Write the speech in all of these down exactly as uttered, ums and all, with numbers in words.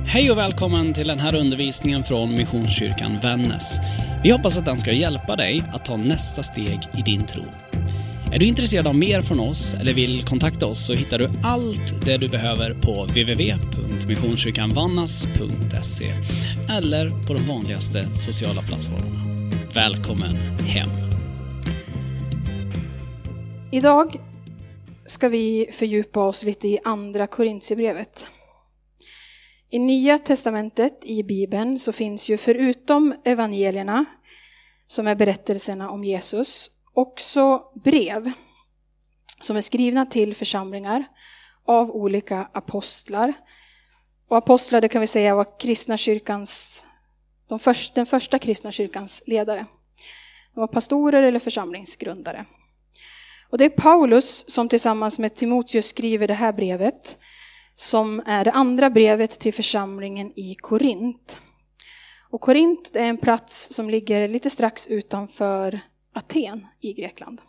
Hej och välkommen till den här undervisningen från Missionskyrkan Vännäs. Vi hoppas att den ska hjälpa dig att ta nästa steg i din tro. Är du intresserad av mer från oss eller vill kontakta oss så hittar du allt det du behöver på w w w punkt missionskyrkanvannas punkt se eller på de vanligaste sociala plattformarna. Välkommen hem! Idag ska vi fördjupa oss lite i andra Korintierbrevet. I Nya testamentet i Bibeln så finns ju förutom evangelierna som är berättelserna om Jesus också brev som är skrivna till församlingar av olika apostlar. Och apostlar, det kan vi säga, var kristna kyrkans, de första, den första kristna kyrkans ledare. De var pastorer eller församlingsgrundare. Och det är Paulus som tillsammans med Timoteus skriver det här brevet, som är det andra brevet till församlingen i Korint. Och Korint är en plats som ligger lite strax utanför Aten i Grekland.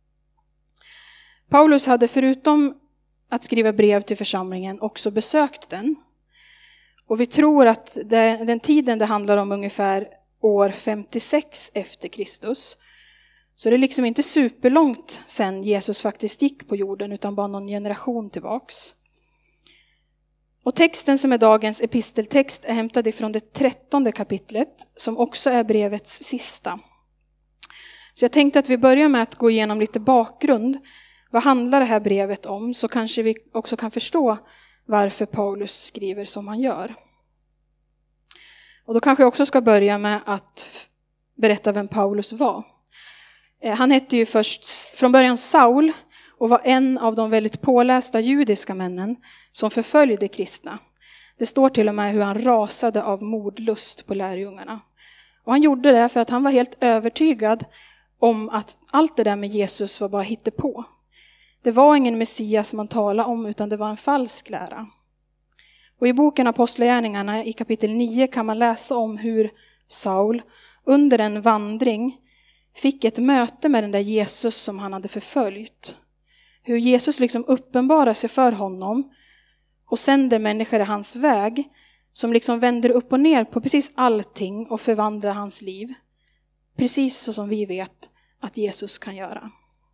Paulus hade förutom att skriva brev till församlingen också besökt den. Och vi tror att det, den tiden det handlar om ungefär år femtiosex efter Kristus. Så det är liksom inte superlångt sedan Jesus faktiskt gick på jorden utan bara någon generation tillbaks. Och texten som är dagens episteltext är hämtad ifrån det trettonde kapitlet som också är brevets sista. Så jag tänkte att vi börjar med att gå igenom lite bakgrund. Vad handlar det här brevet om? Så kanske vi också kan förstå varför Paulus skriver som han gör. Och då kanske jag också ska börja med att berätta vem Paulus var. Han hette ju först från början Saul och var en av de väldigt pålästa judiska männen som förföljde kristna. Det står till och med hur han rasade av mordlust på lärjungarna. Och han gjorde det för att han var helt övertygad om att allt det där med Jesus var bara hittepå. Det var ingen Messias man talade om utan det var en falsk lära. Och i boken Apostlagärningarna i kapitel nio kan man läsa om hur Saul under en vandring fick ett möte med den där Jesus som han hade förföljt. Hur Jesus liksom uppenbarar sig för honom och sänder människor i hans väg som liksom vänder upp och ner på precis allting och förvandlar hans liv. Precis så som vi vet att Jesus kan göra.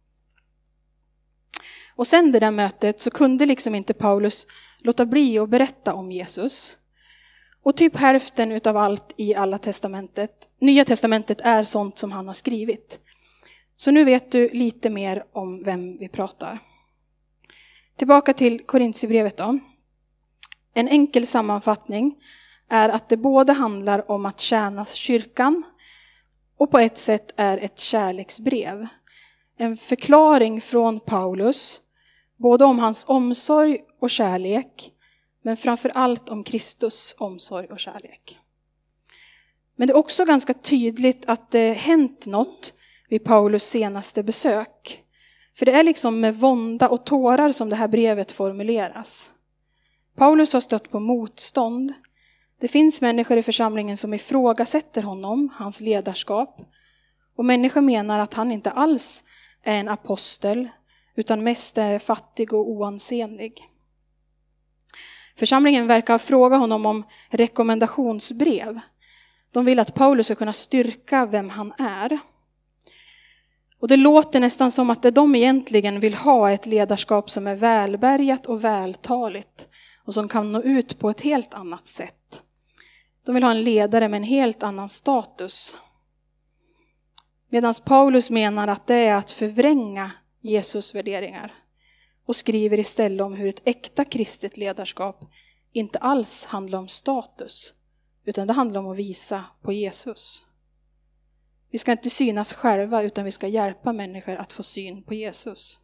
Och sen det där mötet så kunde liksom inte Paulus låta bli att berätta om Jesus. Och typ hälften utav allt i alla testamentet, Nya testamentet är sånt som han har skrivit. Så nu vet du lite mer om vem vi pratar. Tillbaka till Korintierbrevet då. En enkel sammanfattning är att det både handlar om att tjäna kyrkan och på ett sätt är ett kärleksbrev. En förklaring från Paulus, både om hans omsorg och kärlek, men framför allt om Kristus omsorg och kärlek. Men det är också ganska tydligt att det hänt något vid Paulus senaste besök. För det är liksom med vånda och tårar som det här brevet formuleras. Paulus har stött på motstånd. Det finns människor i församlingen som ifrågasätter honom, hans ledarskap. Och människor menar att han inte alls är en apostel utan mest är fattig och oansenlig. Församlingen verkar fråga honom om rekommendationsbrev. De vill att Paulus ska kunna styrka vem han är. Och det låter nästan som att det de egentligen vill ha är ett ledarskap som är välbärgat och vältaligt och som kan nå ut på ett helt annat sätt. De vill ha en ledare med en helt annan status. Medan Paulus menar att det är att förvränga Jesus värderingar och skriver istället om hur ett äkta kristet ledarskap inte alls handlar om status utan det handlar om att visa på Jesus. Vi ska inte synas själva utan vi ska hjälpa människor att få syn på Jesus.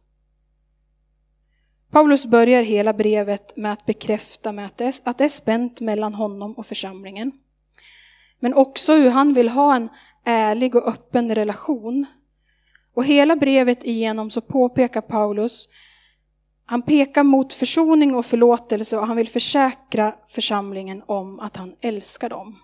Paulus börjar hela brevet med att bekräfta med att det är, att det är spänt mellan honom och församlingen. Men också hur han vill ha en ärlig och öppen relation. Och hela brevet igenom så påpekar Paulus, han pekar mot försoning och förlåtelse och han vill försäkra församlingen om att han älskar dem.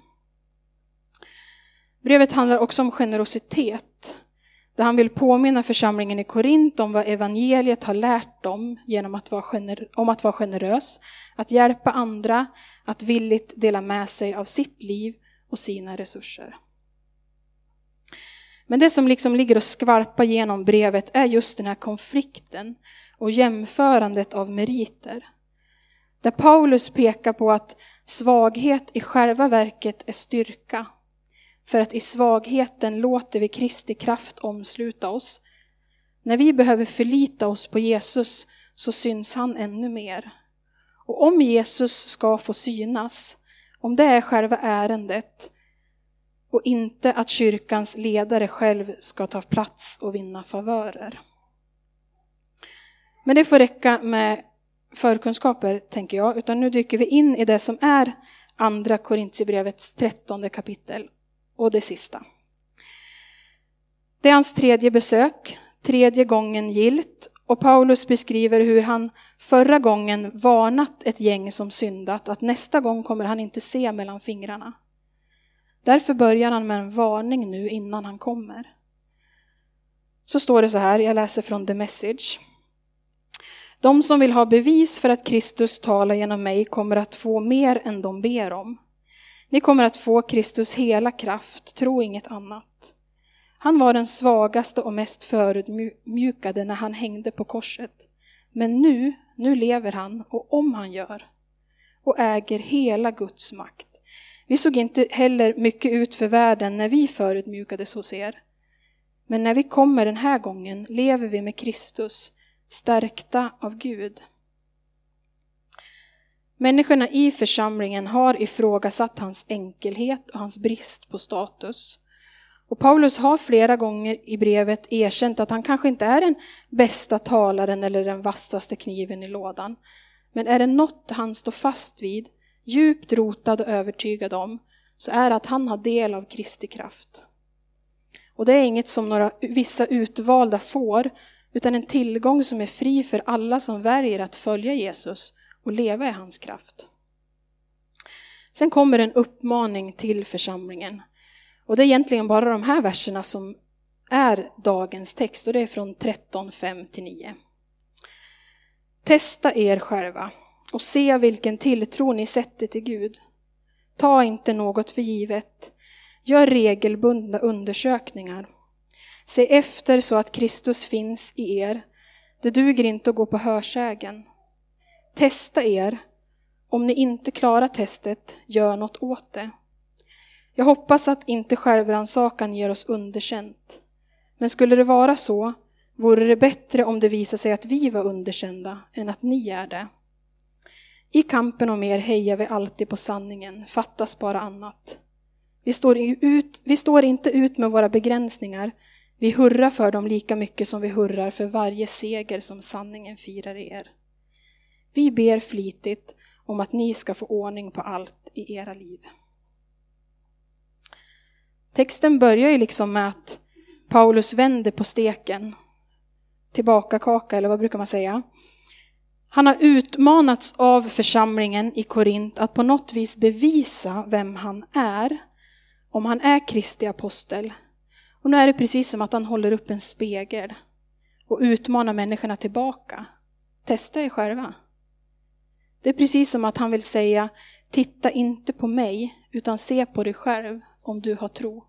Brevet handlar också om generositet. Där han vill påminna församlingen i Korint om vad evangeliet har lärt dem genom att vara gener- om att vara generös, att hjälpa andra, att villigt dela med sig av sitt liv och sina resurser. Men det som liksom ligger och skvarpar genom brevet är just den här konflikten och jämförandet av meriter. Där Paulus pekar på att svaghet i själva verket är styrka. För att i svagheten låter vi Kristi kraft omsluta oss. När vi behöver förlita oss på Jesus så syns han ännu mer. Och om Jesus ska få synas, om det är själva ärendet och inte att kyrkans ledare själv ska ta plats och vinna favörer. Men det får räcka med förkunskaper, tänker jag, utan nu dyker vi in i det som är andra Korintierbrevets trettonde kapitel och det sista. Det är hans tredje besök, tredje gången gilt, och Paulus beskriver hur han förra gången varnat ett gäng som syndat att nästa gång kommer han inte se mellan fingrarna. Därför börjar han med en varning nu innan han kommer. Så står det så här, jag läser från The Message. De som vill ha bevis för att Kristus talar genom mig kommer att få mer än de ber om. Ni kommer att få Kristus hela kraft, tro inget annat. Han var den svagaste och mest förödmjukade när han hängde på korset. Men nu, nu lever han, och om han gör, och äger hela Guds makt. Vi såg inte heller mycket ut för världen när vi förödmjukades hos er. Men när vi kommer den här gången lever vi med Kristus, stärkta av Gud. Människorna i församlingen har ifrågasatt hans enkelhet och hans brist på status. Och Paulus har flera gånger i brevet erkänt att han kanske inte är den bästa talaren eller den vassaste kniven i lådan. Men är det något han står fast vid, djupt rotad och övertygad om, så är det att han har del av Kristi kraft. Och det är inget som några vissa utvalda får, utan en tillgång som är fri för alla som väljer att följa Jesus och leva i hans kraft. Sen kommer en uppmaning till församlingen. Och det är egentligen bara de här verserna som är dagens text, och det är från tretton, fem till nio. Testa er själva och se vilken tilltro ni sätter till Gud. Ta inte något för givet. Gör regelbundna undersökningar. Se efter så att Kristus finns i er. Det duger inte att gå på hörsägen. Testa er. Om ni inte klarar testet, gör något åt det. Jag hoppas att inte självrannsakan ger oss underkänt. Men skulle det vara så, vore det bättre om det visade sig att vi var underkända än att ni är det. I kampen om er hejar vi alltid på sanningen, fattas bara annat. Vi står, ut, vi står inte ut med våra begränsningar. Vi hurrar för dem lika mycket som vi hurrar för varje seger som sanningen firar i er. Vi ber flitigt om att ni ska få ordning på allt i era liv. Texten börjar ju liksom med att Paulus vänder på steken, tillbaka kaka eller vad brukar man säga. Han har utmanats av församlingen i Korint att på något vis bevisa vem han är, om han är Kristi apostel. Och nu är det precis som att han håller upp en spegel och utmanar människorna tillbaka. Testa er själva. Det är precis som att han vill säga, titta inte på mig utan se på dig själv om du har tro.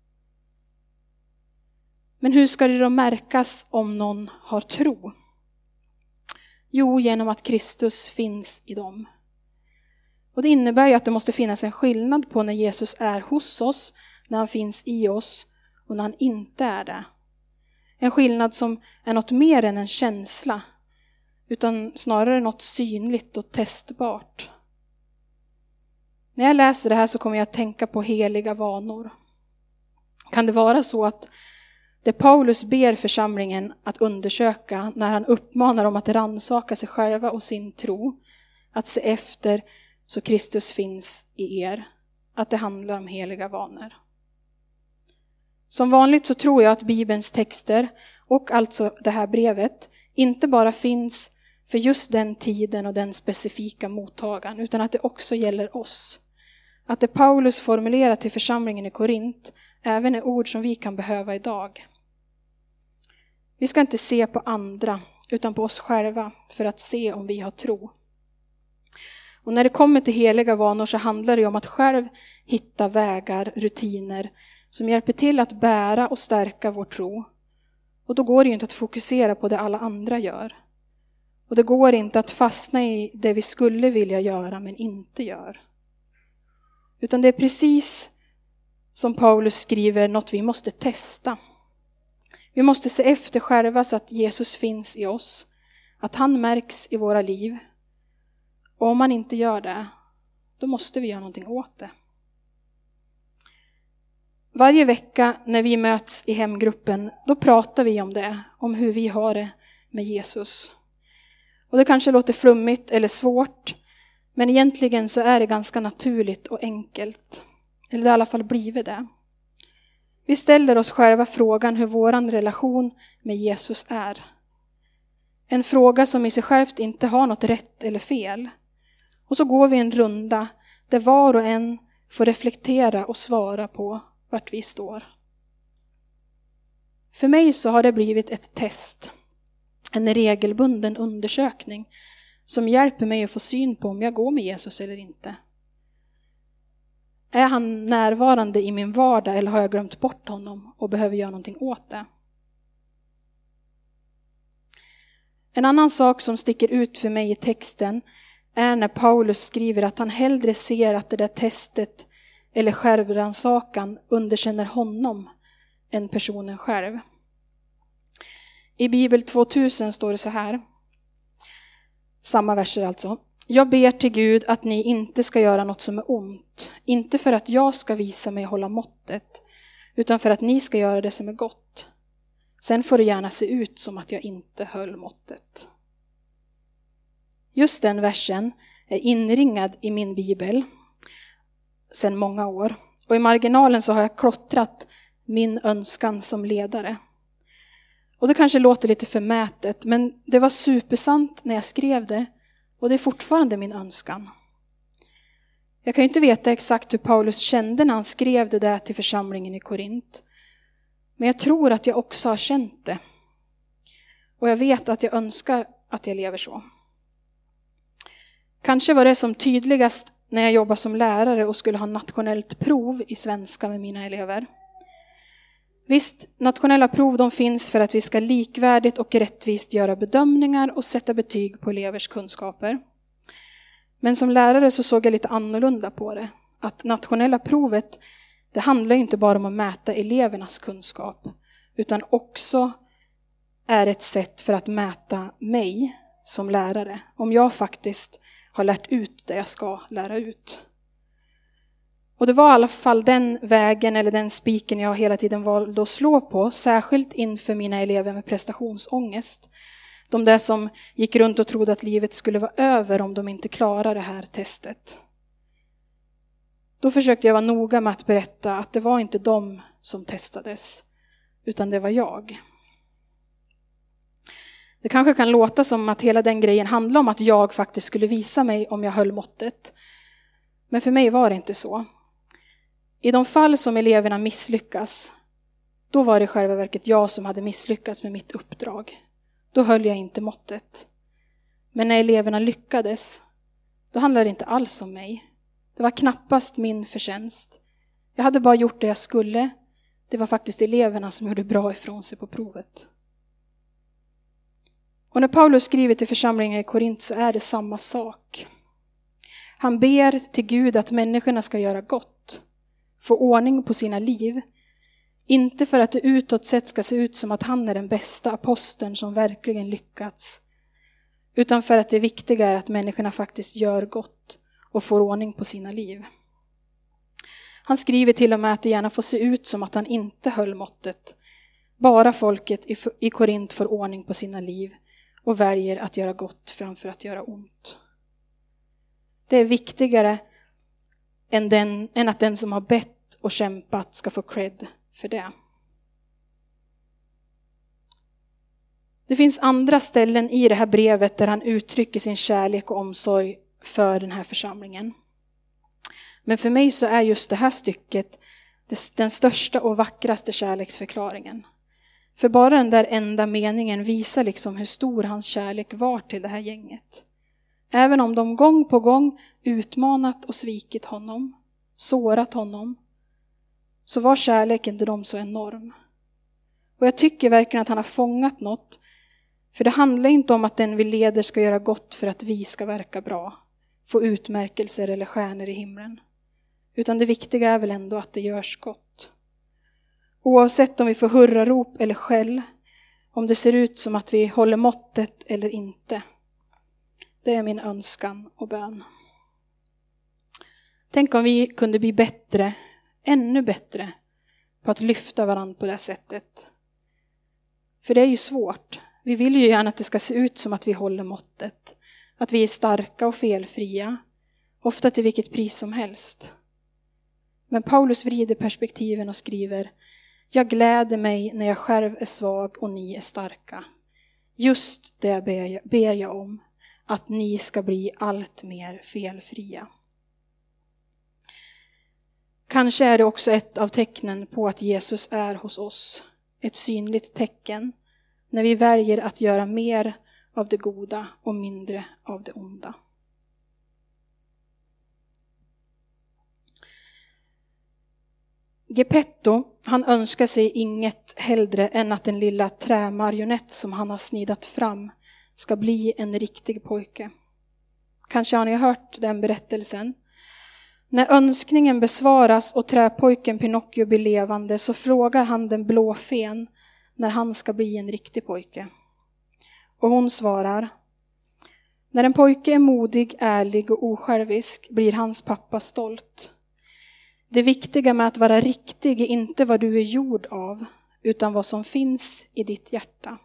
Men hur ska det då märkas om någon har tro? Jo, genom att Kristus finns i dem. Och det innebär ju att det måste finnas en skillnad på när Jesus är hos oss, när han finns i oss och när han inte är det. En skillnad som är något mer än en känsla, utan snarare något synligt och testbart. När jag läser det här så kommer jag att tänka på heliga vanor. Kan det vara så att det Paulus ber församlingen att undersöka när han uppmanar dem att rannsaka sig själva och sin tro, att se efter så Kristus finns i er, att det handlar om heliga vanor? Som vanligt så tror jag att Bibelns texter och alltså det här brevet inte bara finns för just den tiden och den specifika mottagaren, utan att det också gäller oss. Att det Paulus formulerar till församlingen i Korint även är ord som vi kan behöva idag. Vi ska inte se på andra utan på oss själva för att se om vi har tro. Och när det kommer till heliga vanor så handlar det om att själv hitta vägar, rutiner som hjälper till att bära och stärka vår tro. Och då går det ju inte att fokusera på det alla andra gör. Och det går inte att fastna i det vi skulle vilja göra men inte gör. Utan det är precis som Paulus skriver, något vi måste testa. Vi måste se efter själva så att Jesus finns i oss. Att han märks i våra liv. Och om man inte gör det, då måste vi göra någonting åt det. Varje vecka när vi möts i hemgruppen, då pratar vi om det. Om hur vi har det med Jesus. Och det kanske låter flummigt eller svårt. Men egentligen så är det ganska naturligt och enkelt. Eller det har i alla fall blivit det. Vi ställer oss själva frågan hur vår relation med Jesus är. En fråga som i sig självt inte har något rätt eller fel. Och så går vi en runda där var och en får reflektera och svara på vart vi står. För mig så har det blivit ett test. En regelbunden undersökning som hjälper mig att få syn på om jag går med Jesus eller inte. Är han närvarande i min vardag eller har jag glömt bort honom och behöver göra någonting åt det? En annan sak som sticker ut för mig i texten är när Paulus skriver att han hellre ser att det där testet eller självrannsakan underkänner honom än personen själv. I Bibel tvåtusen står det så här. Samma verser alltså. Jag ber till Gud att ni inte ska göra något som är ont. Inte för att jag ska visa mig hålla måttet. Utan för att ni ska göra det som är gott. Sen får det gärna se ut som att jag inte höll måttet. Just den versen är inringad i min bibel sedan många år. Och i marginalen så har jag klottrat min önskan som ledare. Och det kanske låter lite förmätet, men det var supersant när jag skrev det. Och det är fortfarande min önskan. Jag kan ju inte veta exakt hur Paulus kände när han skrev det där till församlingen i Korint. Men jag tror att jag också har känt det. Och jag vet att jag önskar att jag lever så. Kanske var det som tydligast när jag jobbade som lärare och skulle ha nationellt prov i svenska med mina elever. Visst, nationella prov de finns för att vi ska likvärdigt och rättvist göra bedömningar och sätta betyg på elevers kunskaper. Men som lärare så såg jag lite annorlunda på det. Att nationella provet, det handlar inte bara om att mäta elevernas kunskap, utan också är ett sätt för att mäta mig som lärare. Om jag faktiskt har lärt ut det jag ska lära ut. Och det var i alla fall den vägen eller den spiken jag hela tiden valde att slå på. Särskilt inför mina elever med prestationsångest. De där som gick runt och trodde att livet skulle vara över om de inte klarar det här testet. Då försökte jag vara noga med att berätta att det var inte de som testades. Utan det var jag. Det kanske kan låta som att hela den grejen handlar om att jag faktiskt skulle visa mig om jag höll måttet. Men för mig var det inte så. I de fall som eleverna misslyckas, då var det i själva verket jag som hade misslyckats med mitt uppdrag. Då höll jag inte måttet. Men när eleverna lyckades, då handlade det inte alls om mig. Det var knappast min förtjänst. Jag hade bara gjort det jag skulle. Det var faktiskt eleverna som gjorde bra ifrån sig på provet. Och när Paulus skriver till församlingen i Korint så är det samma sak. Han ber till Gud att människorna ska göra gott. Få ordning på sina liv. Inte för att det utåt sett ska se ut som att han är den bästa aposteln som verkligen lyckats. Utan för att det viktiga är att människorna faktiskt gör gott och får ordning på sina liv. Han skriver till och med att det gärna får se ut som att han inte höll måttet. Bara folket i Korint får ordning på sina liv och väljer att göra gott framför att göra ont. Det är viktigare än, den, än att den som har bett och kämpat ska få cred för det. Det finns andra ställen i det här brevet där han uttrycker sin kärlek och omsorg för den här församlingen. Men för mig så är just det här stycket den största och vackraste kärleksförklaringen. För bara den där enda meningen visar liksom hur stor hans kärlek var till det här gänget. Även om de gång på gång utmanat och svikit honom, sårat honom, så var kärleken till dem så enorm. Och jag tycker verkligen att han har fångat något. För det handlar inte om att den vi leder ska göra gott för att vi ska verka bra, få utmärkelser eller stjärnor i himlen. Utan det viktiga är väl ändå att det görs gott. Oavsett om vi får hurrarop eller skäll, om det ser ut som att vi håller måttet eller inte. Det är min önskan och bön. Tänk om vi kunde bli bättre, ännu bättre, på att lyfta varandra på det sättet. För det är ju svårt. Vi vill ju gärna att det ska se ut som att vi håller måttet. Att vi är starka och felfria. Ofta till vilket pris som helst. Men Paulus vrider perspektiven och skriver: jag gläder mig när jag själv är svag och ni är starka. Just det ber jag, ber jag om. Att ni ska bli allt mer felfria. Kanske är det också ett av tecknen på att Jesus är hos oss. Ett synligt tecken när vi väljer att göra mer av det goda och mindre av det onda. Geppetto, han önskar sig inget hellre än att den lilla trämarionett som han har snidat fram ska bli en riktig pojke. Kanske har ni hört den berättelsen. När önskningen besvaras och träpojken Pinocchio blir levande, så frågar han den blå fen när han ska bli en riktig pojke. Och hon svarar: när en pojke är modig, ärlig och osjälvisk blir hans pappa stolt. Det viktiga med att vara riktig är inte vad du är gjord av, utan vad som finns i ditt hjärta.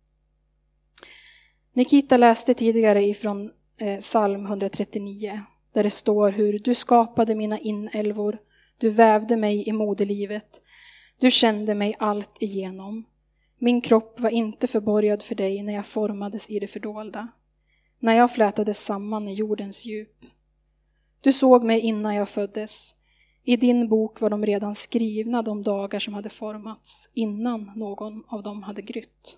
Nikita läste tidigare ifrån eh, psalm etthundratrettionio, där det står hur du skapade mina inälvor, du vävde mig i moderlivet, du kände mig allt igenom. Min kropp var inte förborgad för dig när jag formades i det fördolda, när jag flätades samman i jordens djup. Du såg mig innan jag föddes. I din bok var de redan skrivna, de dagar som hade formats, innan någon av dem hade grytt.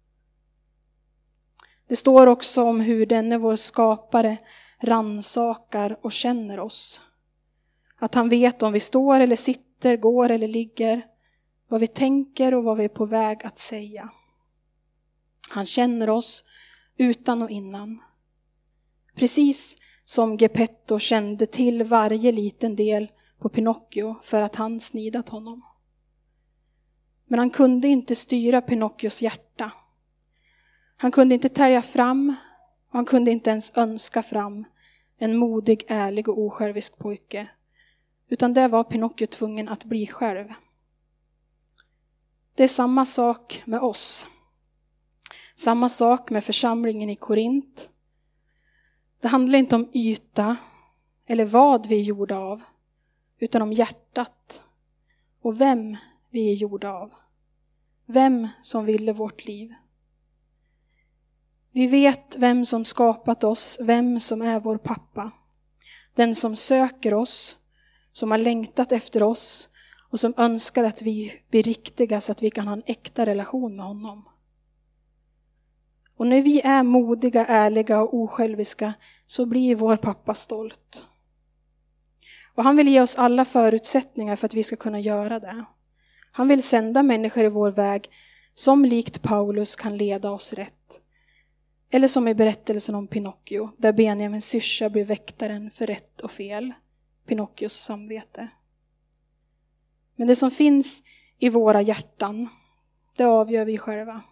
Det står också om hur denne vår skapare rannsakar och känner oss. Att han vet om vi står eller sitter, går eller ligger, vad vi tänker och vad vi är på väg att säga. Han känner oss utan och innan. Precis som Geppetto kände till varje liten del på Pinocchio för att han snidat honom. Men han kunde inte styra Pinocchios hjärta. Han kunde inte tärja fram, och han kunde inte ens önska fram en modig, ärlig och osjälvisk pojke. Utan det var Pinocchio tvungen att bli själv. Det är samma sak med oss. Samma sak med församlingen i Korint. Det handlar inte om yta eller vad vi är gjorda av, utan om hjärtat och vem vi är gjorda av. Vem som ville vårt liv. Vi vet vem som skapat oss, vem som är vår pappa. Den som söker oss, som har längtat efter oss och som önskar att vi blir riktiga så att vi kan ha en äkta relation med honom. Och när vi är modiga, ärliga och osjälviska så blir vår pappa stolt. Och han vill ge oss alla förutsättningar för att vi ska kunna göra det. Han vill sända människor i vår väg som likt Paulus kan leda oss rätt. Eller som i berättelsen om Pinocchio, där Benjamins syrsa blir väktaren för rätt och fel, Pinocchios samvete. Men det som finns i våra hjärtan, det avgör vi själva.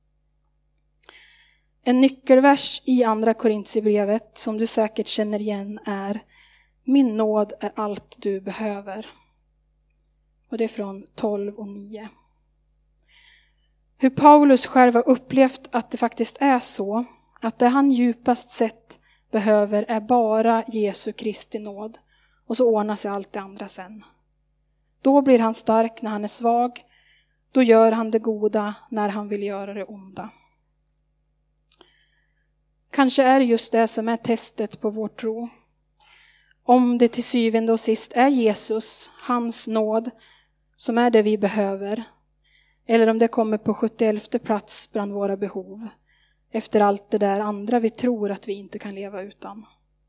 En nyckelvers i andra Korintierbrevet som du säkert känner igen är: min nåd är allt du behöver. Och det är från tolv och nio. Hur Paulus själv har upplevt att det faktiskt är så, att det han djupast sett behöver är bara Jesu Kristi nåd, och så ordnar sig allt det andra sen. Då blir han stark när han är svag, då gör han det goda när han vill göra det onda. Kanske är det just det som är testet på vår tro. Om det till syvende och sist är Jesus, hans nåd, som är det vi behöver, eller om det kommer på sjuttioelfte plats bland våra behov, efter allt det där andra vi tror att vi inte kan leva utan.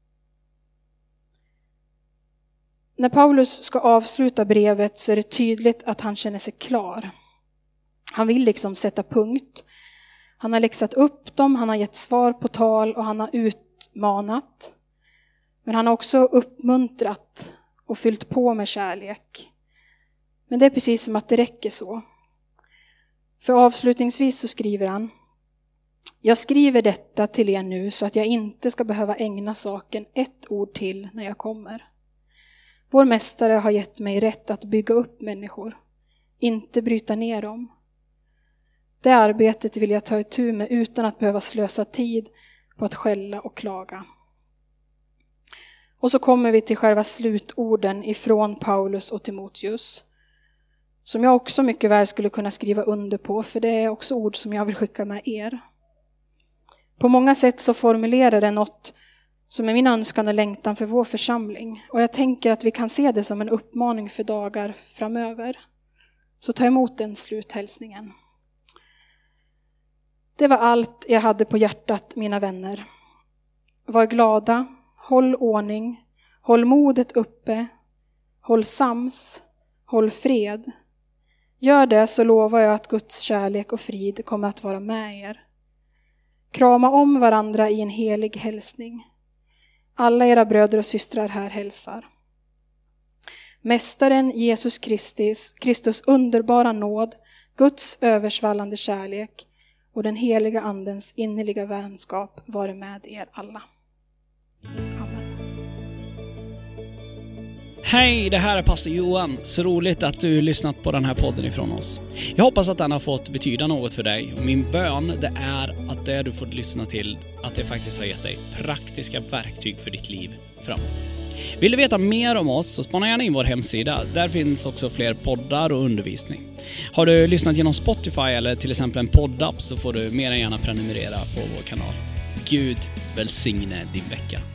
När Paulus ska avsluta brevet så är det tydligt att han känner sig klar. Han vill liksom sätta punkt. Han har läxat upp dem, han har gett svar på tal och han har utmanat. Men han har också uppmuntrat och fyllt på med kärlek. Men det är precis som att det räcker så. För avslutningsvis så skriver han: jag skriver detta till er nu så att jag inte ska behöva ägna saken ett ord till när jag kommer. Vår mästare har gett mig rätt att bygga upp människor, inte bryta ner dem. Det arbetet vill jag ta itu med utan att behöva slösa tid på att skälla och klaga. Och så kommer vi till själva slutorden ifrån Paulus och Timoteus, som jag också mycket väl skulle kunna skriva under på, för det är också ord som jag vill skicka med er. På många sätt så formulerar det något som är min önskan och längtan för vår församling. Och jag tänker att vi kan se det som en uppmaning för dagar framöver. Så ta emot den sluthälsningen. Det var allt jag hade på hjärtat, mina vänner. Var glada, håll ordning, håll modet uppe, håll sams, håll fred. Gör det så lovar jag att Guds kärlek och frid kommer att vara med er. Krama om varandra i en helig hälsning. Alla era bröder och systrar här hälsar. Mästaren Jesus Kristus, Kristus underbara nåd, Guds översvallande kärlek och den heliga andens innerliga vänskap vare med er alla. Amen. Hej, det här är pastor Johan. Så roligt att du lyssnat på den här podden ifrån oss. Jag hoppas att den har fått betyda något för dig. Och min bön, det är att det du fått lyssna till, att det faktiskt har gett dig praktiska verktyg för ditt liv framåt. Vill du veta mer om oss så spana gärna in vår hemsida. Där finns också fler poddar och undervisning. Har du lyssnat genom Spotify eller till exempel en poddapp så får du mer än gärna prenumerera på vår kanal. Gud välsigne din vecka.